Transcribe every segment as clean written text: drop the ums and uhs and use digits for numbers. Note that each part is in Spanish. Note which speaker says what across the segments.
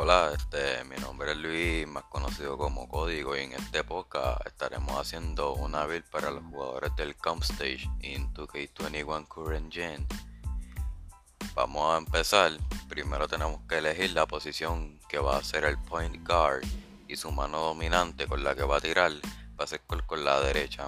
Speaker 1: Hola, mi nombre es Luis, más conocido como Código, y en este podcast estaremos haciendo una build para los jugadores del Comp Stage in 2K21 Current Gen. Vamos a empezar. Primero tenemos que elegir la posición que va a ser el Point Guard y su mano dominante con la que va a tirar va a ser con la derecha.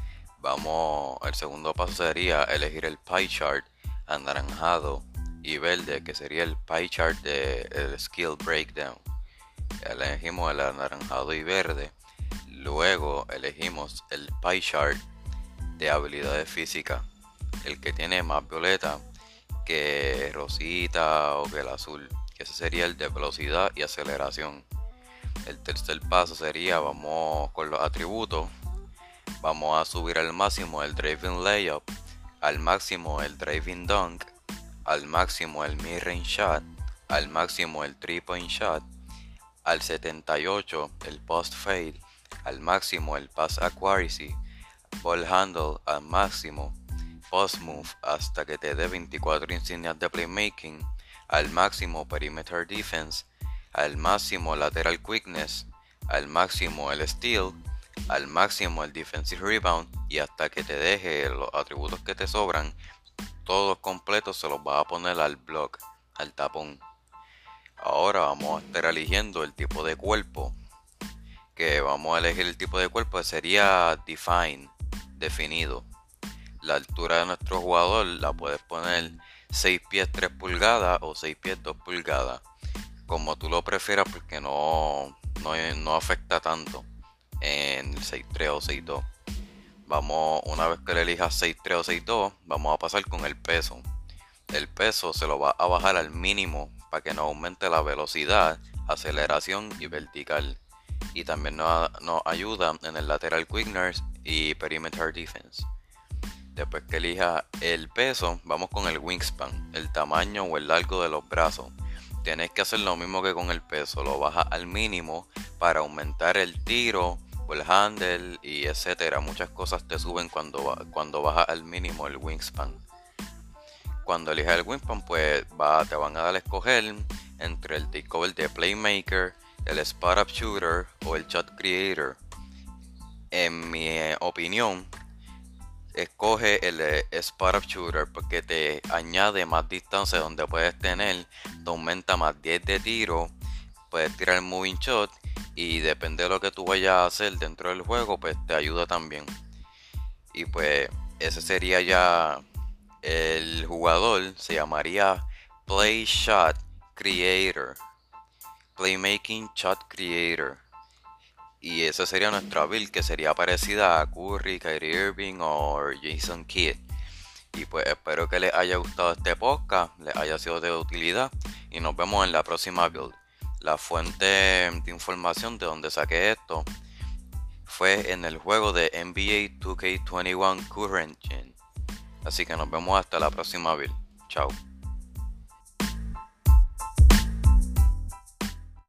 Speaker 1: El segundo paso sería elegir el Pie Chart anaranjado y verde, que sería el Pie Chart del Skill Breakdown. Elegimos el anaranjado y verde. Luego elegimos el Pie Chart de habilidades físicas, el que tiene más violeta que rosita o que el azul, que ese sería el de velocidad y aceleración. El tercer paso sería, vamos con los atributos. Vamos a subir al máximo el Driving Layup, al máximo el Driving Dunk, al máximo el Mid-Range Shot, al máximo el 3-Point Shot, al 78 el Post Fade, al máximo el Pass Accuracy, Ball Handle al máximo, Post Move hasta que te dé 24 insignias de Playmaking, al máximo Perimeter Defense, al máximo Lateral Quickness, al máximo el Steal, al máximo el Defensive Rebound, y hasta que te deje los atributos que te sobran, todos completos se los vas a poner al block, al tapón. Ahora vamos a estar eligiendo el tipo de cuerpo. Que vamos a elegir el tipo de cuerpo que sería Define, definido. La altura de nuestro jugador la puedes poner 6 pies 3 pulgadas o 6 pies 2 pulgadas, como tú lo prefieras, porque no afecta tanto en el 6'3 o 6'2. Una vez que le elijas 6'3 o 6'2, vamos a pasar con el peso. El peso se lo va a bajar al mínimo para que no aumente la velocidad, aceleración y vertical. Y también nos ayuda en el Lateral Quickness y Perimeter Defense. Después que elija el peso, vamos con el Wingspan, el tamaño o el largo de los brazos. Tienes que hacer lo mismo que con el peso, lo bajas al mínimo para aumentar el tiro, o el handle y etcétera. Muchas cosas te suben cuando bajas al mínimo el Wingspan. Cuando elijas el Wingspan, pues te van a dar a escoger entre el takeover de Playmaker, el Spot Up Shooter o el Shot Creator. En mi opinión, escoge el Spot Up Shooter porque te añade más distancia donde puedes tener, te aumenta más 10 de tiro, puedes tirar el moving shot y depende de lo que tú vayas a hacer dentro del juego, pues te ayuda también. Y pues ese sería ya el jugador, se llamaría Play Shot Creator, Playmaking Shot Creator. Y esa sería nuestra build, que sería parecida a Curry, Kyrie Irving o Jason Kidd. Y pues espero que les haya gustado este podcast, les haya sido de utilidad y nos vemos en la próxima build. La fuente de información de donde saqué esto fue en el juego de NBA 2K21 Current Gen. Así que nos vemos hasta la próxima build. Chao.